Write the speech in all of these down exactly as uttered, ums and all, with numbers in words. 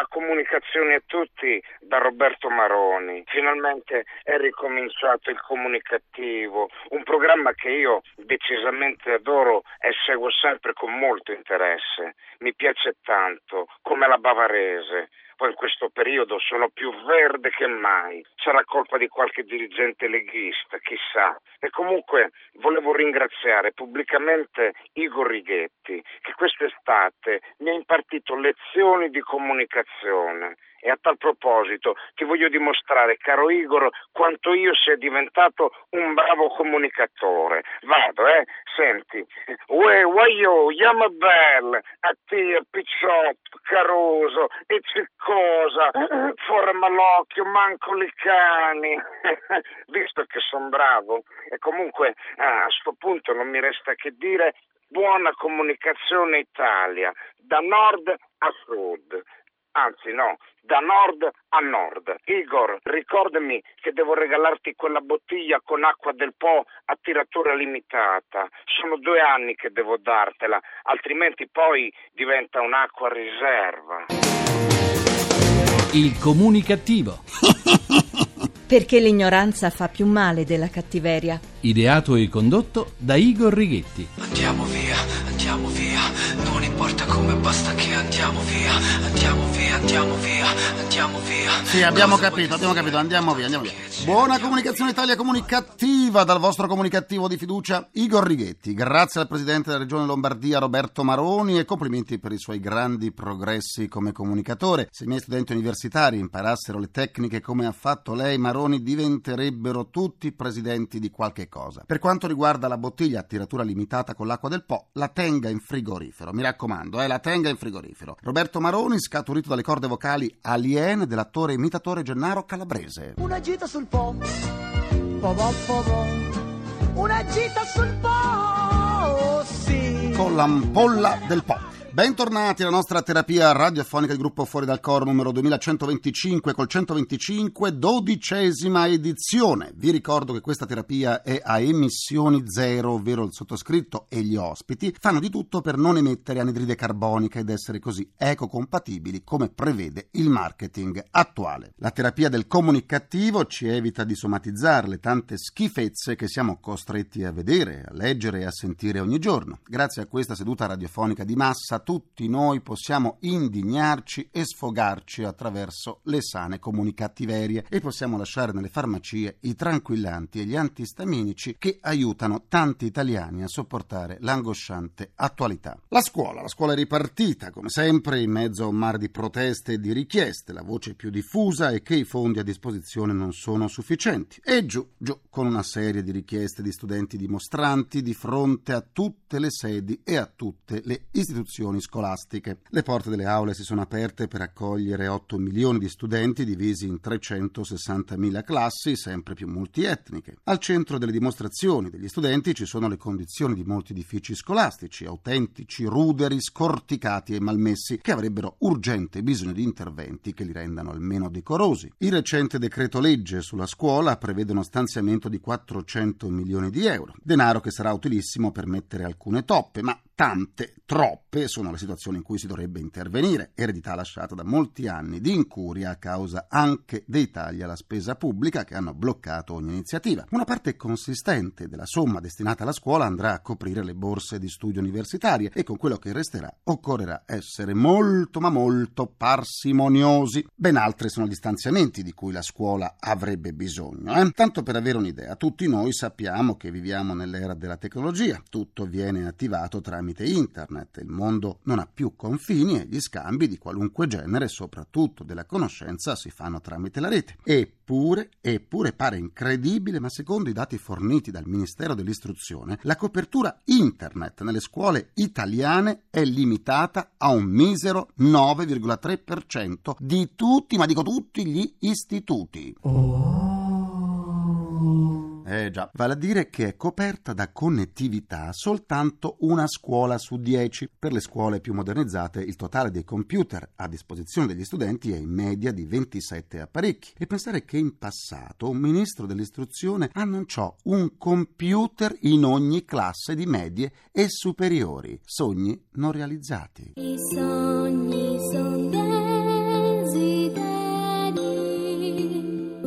Buona comunicazione a tutti da Roberto Maroni. Finalmente è ricominciato il Comunicativo, un programma che io decisamente adoro e seguo sempre con molto interesse. Mi piace tanto, come la bavarese. Poi in questo periodo sono più verde che mai. Sarà colpa di qualche dirigente leghista, chissà. E comunque volevo ringraziare pubblicamente Igor Righetti, che quest'estate mi ha impartito lezioni di comunicazione. E a tal proposito ti voglio dimostrare, caro Igor, quanto io sia diventato un bravo comunicatore. Vado, eh? Senti. Uè, uaio, chiama belle, a te, Picciotto, Caruso, e c'è cosa, forma l'occhio, manco li cani. Visto che son bravo. E comunque, ah, a sto punto non mi resta che dire buona comunicazione Italia, da nord a sud. Anzi no, da nord a nord. Igor, ricordami che devo regalarti quella bottiglia con acqua del Po a tiratura limitata. Sono due anni che devo dartela, altrimenti poi diventa un'acqua a riserva. Il Comunicativo. Perché l'ignoranza fa più male della cattiveria. Ideato e condotto da Igor Righetti. Andiamo via, andiamo via, non importa come, basta che andiamo via, andiamo via, andiamo via, andiamo via. Sì, abbiamo capito, abbiamo capito, andiamo via, andiamo via. Buona comunicazione Italia comunicativa dal vostro comunicativo di fiducia Igor Righetti. Grazie al presidente della regione Lombardia Roberto Maroni e complimenti per i suoi grandi progressi come comunicatore. Se i miei studenti universitari imparassero le tecniche come ha fatto lei, Maroni, diventerebbero tutti presidenti di qualche cosa. Per quanto riguarda la bottiglia a tiratura limitata con l'acqua del Po, la tenga in frigorifero, mi raccomando, eh, la tenga in frigorifero. Roberto Maroni, scaturito dalle corde vocali aliene dell'attore imitatore Gennaro Calabrese. Una gita sul Po, po po po po, una gita sul Po, sì. Con l'ampolla del Po. Bentornati alla nostra terapia radiofonica del gruppo Fuori dal Coro numero duemilacentoventicinque col centoventicinque, dodicesima edizione. Vi ricordo che questa terapia è a emissioni zero, ovvero il sottoscritto e gli ospiti fanno di tutto per non emettere anidride carbonica ed essere così ecocompatibili come prevede il marketing attuale. La terapia del comunicativo ci evita di somatizzare le tante schifezze che siamo costretti a vedere, a leggere e a sentire ogni giorno. Grazie a questa seduta radiofonica di massa tutti noi possiamo indignarci e sfogarci attraverso le sane comunicattiverie e possiamo lasciare nelle farmacie i tranquillanti e gli antistaminici che aiutano tanti italiani a sopportare l'angosciante attualità. La scuola, la scuola è ripartita come sempre in mezzo a un mare di proteste e di richieste. La voce più diffusa è che i fondi a disposizione non sono sufficienti e giù, giù con una serie di richieste di studenti dimostranti di fronte a tutte le sedi e a tutte le istituzioni scolastiche. Le porte delle aule si sono aperte per accogliere otto milioni di studenti divisi in trecentosessantamila classi sempre più multietniche. Al centro delle dimostrazioni degli studenti ci sono le condizioni di molti edifici scolastici, autentici ruderi scorticati e malmessi che avrebbero urgente bisogno di interventi che li rendano almeno decorosi. Il recente decreto legge sulla scuola prevede uno stanziamento di quattrocento milioni di euro, denaro che sarà utilissimo per mettere alcune toppe, ma tante, troppe sono le situazioni in cui si dovrebbe intervenire, eredità lasciata da molti anni di incuria a causa anche dei tagli alla spesa pubblica che hanno bloccato ogni iniziativa. Una parte consistente della somma destinata alla scuola andrà a coprire le borse di studio universitarie e con quello che resterà occorrerà essere molto ma molto parsimoniosi. Ben altri sono gli stanziamenti di cui la scuola avrebbe bisogno. Eh? Tanto per avere un'idea, tutti noi sappiamo che viviamo nell'era della tecnologia, tutto viene attivato tramite internet, il mondo non ha più confini e gli scambi di qualunque genere, soprattutto della conoscenza, si fanno tramite la rete. Eppure, eppure pare incredibile, ma secondo i dati forniti dal Ministero dell'Istruzione, la copertura internet nelle scuole italiane è limitata a un misero nove virgola tre per cento di tutti, ma dico tutti, gli istituti. Oh. Eh già, vale a dire che è coperta da connettività soltanto una scuola su dieci. Per le scuole più modernizzate il totale dei computer a disposizione degli studenti è in media di ventisette apparecchi. E pensare che in passato un ministro dell'istruzione annunciò un computer in ogni classe di medie e superiori. Sogni non realizzati. I sogni sono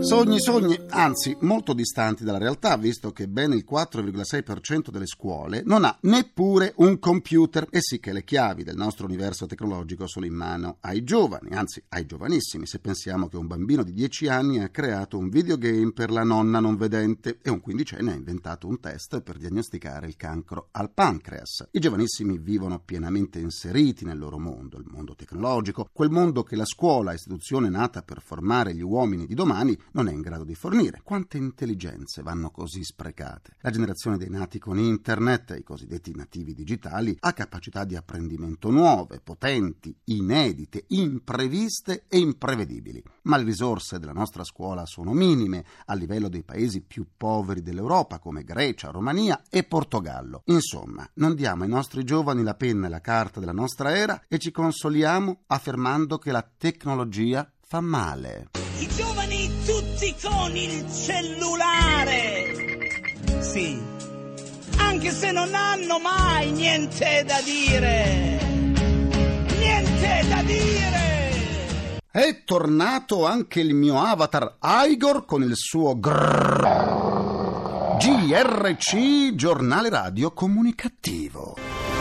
Sogni, sogni, anzi molto distanti dalla realtà, visto che ben il quattro virgola sei per cento delle scuole non ha neppure un computer. E sì che le chiavi del nostro universo tecnologico sono in mano ai giovani, anzi ai giovanissimi, se pensiamo che un bambino di dieci anni ha creato un videogame per la nonna non vedente e un quindicenne ha inventato un test per diagnosticare il cancro al pancreas. I giovanissimi vivono pienamente inseriti nel loro mondo, il mondo tecnologico, quel mondo che la scuola, istituzione nata per formare gli uomini di domani, non è in grado di fornire. Quante intelligenze vanno così sprecate? La generazione dei nati con internet, i cosiddetti nativi digitali, ha capacità di apprendimento nuove, potenti, inedite, impreviste e imprevedibili. Ma le risorse della nostra scuola sono minime a livello dei paesi più poveri dell'Europa come Grecia, Romania e Portogallo. Insomma, non diamo ai nostri giovani la penna e la carta della nostra era e ci consoliamo affermando che la tecnologia fa male. I giovani tutti con il cellulare, sì, anche se non hanno mai niente da dire, niente da dire. È tornato anche il mio avatar Igor con il suo grrrr. G R C, giornale radio comunicativo.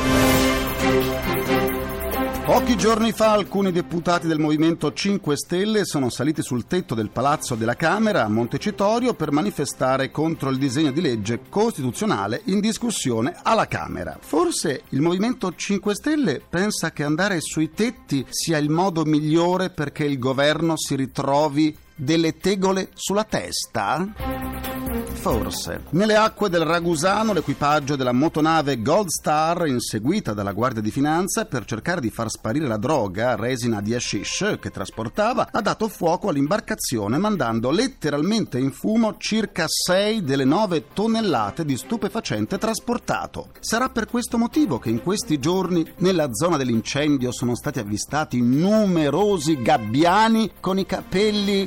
Pochi giorni fa alcuni deputati del Movimento cinque Stelle sono saliti sul tetto del Palazzo della Camera a Montecitorio per manifestare contro il disegno di legge costituzionale in discussione alla Camera. Forse il Movimento cinque Stelle pensa che andare sui tetti sia il modo migliore perché il governo si ritrovi delle tegole sulla testa? Forse. Nelle acque del Ragusano l'equipaggio della motonave Gold Star, inseguita dalla Guardia di Finanza per cercare di far sparire la droga, resina di hashish, che trasportava, ha dato fuoco all'imbarcazione mandando letteralmente in fumo circa sei delle nove tonnellate di stupefacente trasportato. Sarà per questo motivo che in questi giorni nella zona dell'incendio sono stati avvistati numerosi gabbiani con i capelli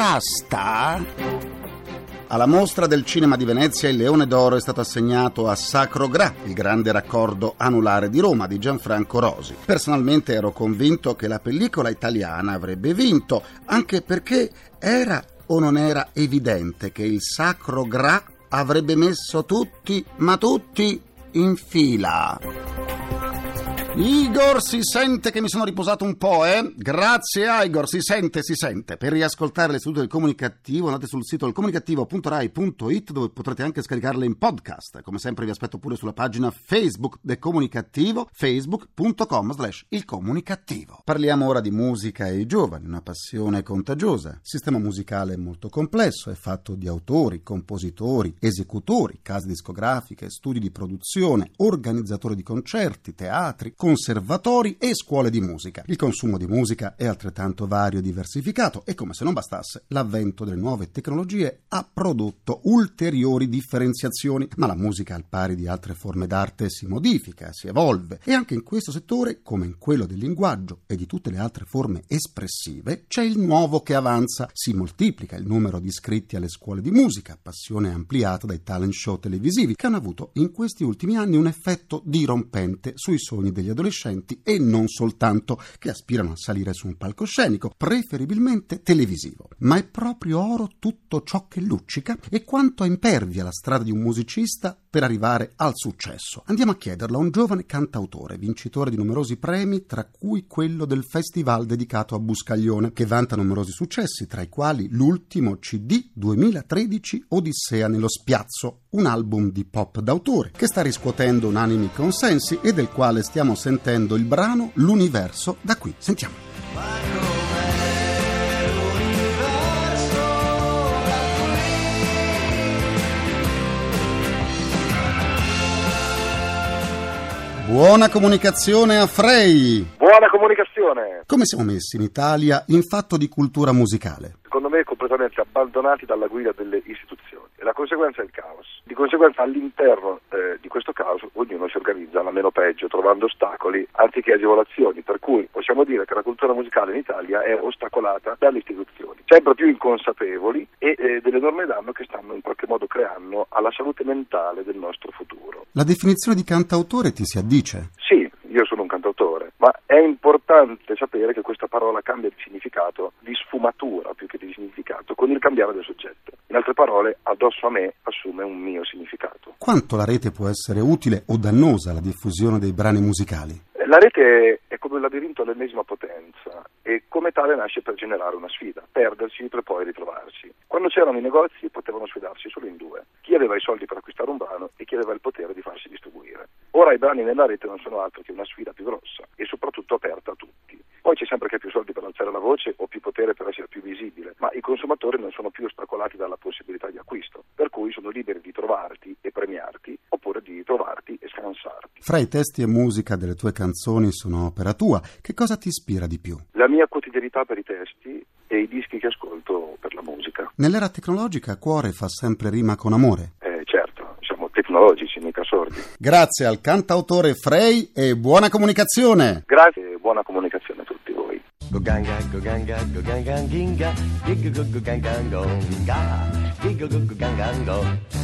rasta? Alla mostra del cinema di Venezia il Leone d'Oro è stato assegnato a Sacro Gra, il grande raccordo anulare di Roma di Gianfranco Rosi. Personalmente ero convinto che la pellicola italiana avrebbe vinto, anche perché era o non era evidente che il Sacro Gra avrebbe messo tutti, ma tutti, in fila. Igor, si sente che mi sono riposato un po', eh? Grazie Igor, si sente, si sente. Per riascoltare le sedute del Comunicativo andate sul sito ilcomunicativo punto rai punto it, dove potrete anche scaricarle in podcast. Come sempre vi aspetto pure sulla pagina Facebook del Comunicativo, facebook punto com slash il comunicativo. Parliamo ora di musica e i giovani, una passione contagiosa. Il sistema musicale è molto complesso, è fatto di autori, compositori, esecutori, case discografiche, studi di produzione, organizzatori di concerti, teatri, conservatori e scuole di musica. Il consumo di musica è altrettanto vario e diversificato e, come se non bastasse, l'avvento delle nuove tecnologie ha prodotto ulteriori differenziazioni, ma la musica, al pari di altre forme d'arte, si modifica, si evolve e anche in questo settore, come in quello del linguaggio e di tutte le altre forme espressive, c'è il nuovo che avanza. Si moltiplica il numero di iscritti alle scuole di musica, passione ampliata dai talent show televisivi che hanno avuto in questi ultimi anni un effetto dirompente sui sogni degli adolescenti e non soltanto, che aspirano a salire su un palcoscenico, preferibilmente televisivo. Ma è proprio oro tutto ciò che luccica? E quanto è impervia la strada di un musicista per arrivare al successo? Andiamo a chiederlo a un giovane cantautore, vincitore di numerosi premi, tra cui quello del festival dedicato a Buscaglione, che vanta numerosi successi, tra i quali l'ultimo C D duemilatredici, Odissea nello spiazzo, un album di pop d'autore che sta riscuotendo unanimi consensi e del quale stiamo sentendo il brano L'Universo da qui. Sentiamo. Buona comunicazione a Frei! Buona comunicazione! Come siamo messi in Italia in fatto di cultura musicale? Secondo me completamente abbandonati dalla guida delle istituzioni e la conseguenza è il caos. Di conseguenza all'interno eh, di questo caos ognuno si organizza alla meno peggio, trovando ostacoli anziché agevolazioni, per cui possiamo dire che la cultura musicale in Italia è ostacolata dalle istituzioni, sempre più inconsapevoli e eh, delle norme danno che stanno in qualche modo creando alla salute mentale del nostro futuro. La definizione di cantautore ti si addice? Sì, io sono un cantautore, ma ma è importante sapere che questa parola cambia di significato, di sfumatura più che di significato, con il cambiare del soggetto. In altre parole, addosso a me assume un mio significato. Quanto la rete può essere utile o dannosa alla diffusione dei brani musicali? La rete è come un labirinto all'ennesima potenza e come tale nasce per generare una sfida, perdersi per poi ritrovarsi. Quando c'erano i negozi potevano sfidarsi solo in due: chi aveva i soldi per acquistare un brano e chi aveva il potere di farsi distribuire. Ora i brani nella rete non sono altro che una sfida più grossa e soprattutto aperta a tutti. Poi c'è sempre chi ha più soldi per alzare la voce o più potere per essere più visibile, ma i consumatori non sono più ostacolati dalla possibilità di acquisto, per cui sono liberi di trovarti e premiarti oppure di trovarti e scansarti. Fra i testi e musica delle tue canzoni sono opera tua. Che cosa ti ispira di più? La mia quotidianità per i testi e i dischi che ascolto per la musica. Nell'era tecnologica cuore fa sempre rima con amore. Eh certo, siamo tecnologici, mica sordi. Grazie al cantautore Frey e buona comunicazione. Grazie e buona comunicazione a tutti voi. Go ganga, go ganga, go ganga, ginga, giga go go ganga, go ginga, giga go go ganga, go.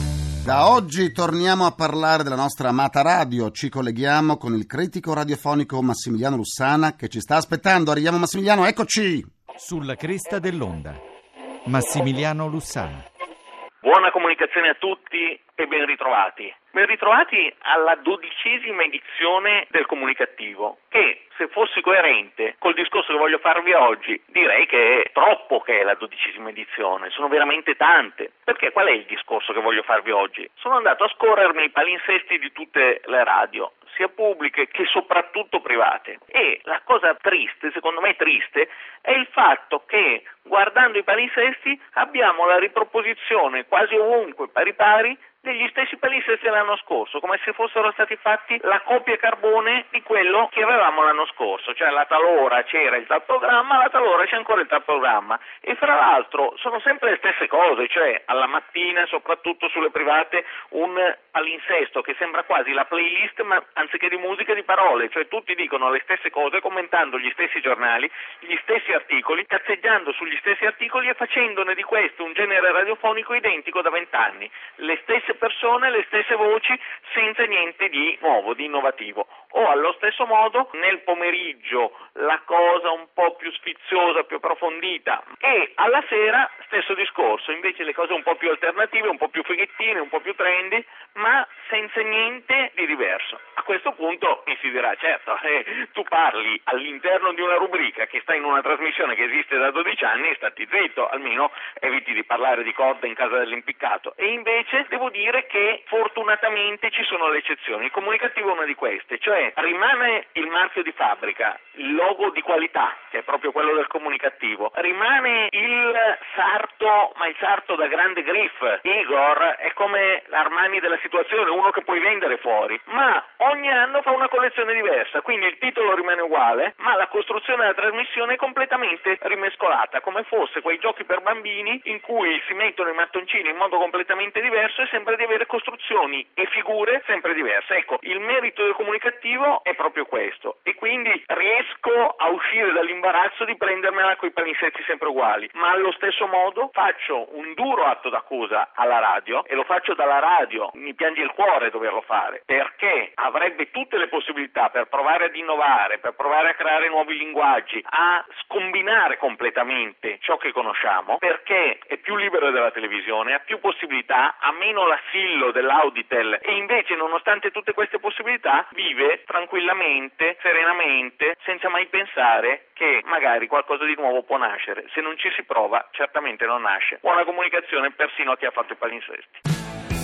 Da oggi torniamo a parlare della nostra amata radio. Ci colleghiamo con il critico radiofonico Massimiliano Lussana che ci sta aspettando. Arriviamo Massimiliano, eccoci! Sulla cresta dell'onda. Massimiliano Lussana. Buona comunicazione a tutti e ben ritrovati. Ben ritrovati alla dodicesima edizione del Comunicativo, che se fossi coerente col discorso che voglio farvi oggi, direi che è troppo che è la dodicesima edizione, sono veramente tante. Perché qual è il discorso che voglio farvi oggi? Sono andato a scorrermi i palinsesti di tutte le radio, sia pubbliche che soprattutto private, e la cosa triste, secondo me triste, è il fatto che guardando i palinsesti abbiamo la riproposizione quasi ovunque pari pari degli stessi palinsesti dell'anno scorso, come se fossero stati fatti la copia carbone di quello che avevamo l'anno scorso, cioè la talora c'era il tal programma, la talora c'è ancora il tal programma, e fra l'altro sono sempre le stesse cose, cioè alla mattina, soprattutto sulle private, un palinsesto che sembra quasi la playlist, ma anziché di musica di parole, cioè tutti dicono le stesse cose commentando gli stessi giornali, gli stessi articoli, cazzeggiando sugli stessi articoli e facendone di questo un genere radiofonico identico da vent'anni, le stesse persone, le stesse voci, senza niente di nuovo, di innovativo. O allo stesso modo nel pomeriggio la cosa un po' più sfiziosa, più approfondita, e alla sera stesso discorso, invece le cose un po' più alternative, un po' più fighettine, un po' più trendy, ma senza niente di diverso. A questo punto mi si dirà, certo, eh, tu parli all'interno di una rubrica che sta in una trasmissione che esiste da dodici anni, stati zitto, almeno eviti di parlare di corda in casa dell'impiccato. E invece devo dire che fortunatamente ci sono le eccezioni. Il Comunicativo è una di queste, cioè rimane il marchio di fabbrica, il logo di qualità, che è proprio quello del Comunicativo, rimane il sarto, ma il sarto da grande griff. Igor è come l'Armani della situazione, uno che puoi vendere fuori, ma ogni anno fa una collezione diversa, quindi il titolo rimane uguale, ma la costruzione della trasmissione è completamente rimescolata, come fosse quei giochi per bambini in cui si mettono i mattoncini in modo completamente diverso e sembra di avere costruzioni e figure sempre diverse. Ecco, il merito del Comunicativo è proprio questo, e quindi riesco a uscire dall'imbarazzo di prendermela coi palinsesti sempre uguali, ma allo stesso modo faccio un duro atto d'accusa alla radio, e lo faccio dalla radio, mi piange il cuore doverlo fare, perché avrebbe tutte le possibilità per provare ad innovare, per provare a creare nuovi linguaggi, a scombinare completamente ciò che conosciamo, perché è più libero della televisione, ha più possibilità, ha meno l'assillo dell'Auditel, e invece nonostante tutte queste possibilità vive tranquillamente, serenamente, senza mai pensare che magari qualcosa di nuovo può nascere. Se non ci si prova, certamente non nasce. Buona comunicazione persino a chi ha fatto i palinsesti.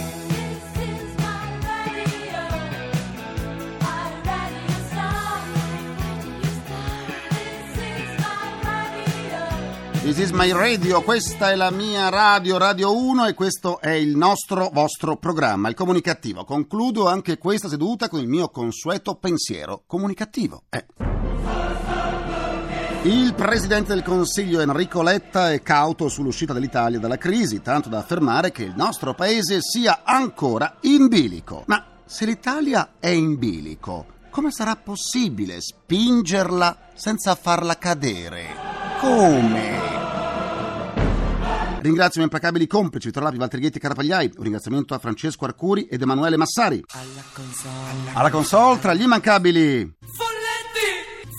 This is my radio, questa è la mia radio, Radio uno, e questo è il nostro, vostro programma, il Comunicativo. Concludo anche questa seduta con il mio consueto pensiero comunicativo. Eh. Il Presidente del Consiglio Enrico Letta è cauto sull'uscita dell'Italia dalla crisi, tanto da affermare che il nostro paese sia ancora in bilico. Ma se l'Italia è in bilico, come sarà possibile spingerla senza farla cadere? Come? Ringrazio i miei implacabili complici, Vittorio Lapi, Walter Ghetti e Carapagliai. Un ringraziamento a Francesco Arcuri ed Emanuele Massari. Alla console, alla console tra gli immancabili Folletti,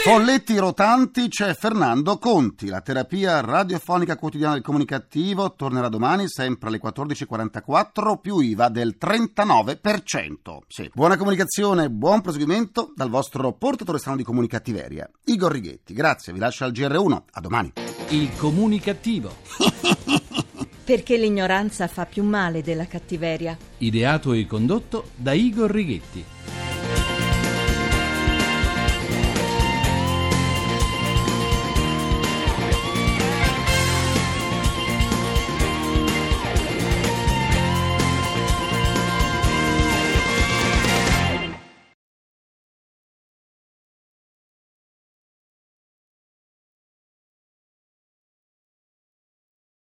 Folletti rotanti, c'è Fernando Conti. La terapia radiofonica quotidiana del comunicativo tornerà domani sempre alle quattordici e quarantaquattro, più I V A del trentanove per cento. Sì. Buona comunicazione, buon proseguimento dal vostro portatore strano di comunicattiveria, Igor Righetti. Grazie, vi lascio al G R uno. A domani. Il comunicativo. Perché l'ignoranza fa più male della cattiveria. Ideato e condotto da Igor Righetti.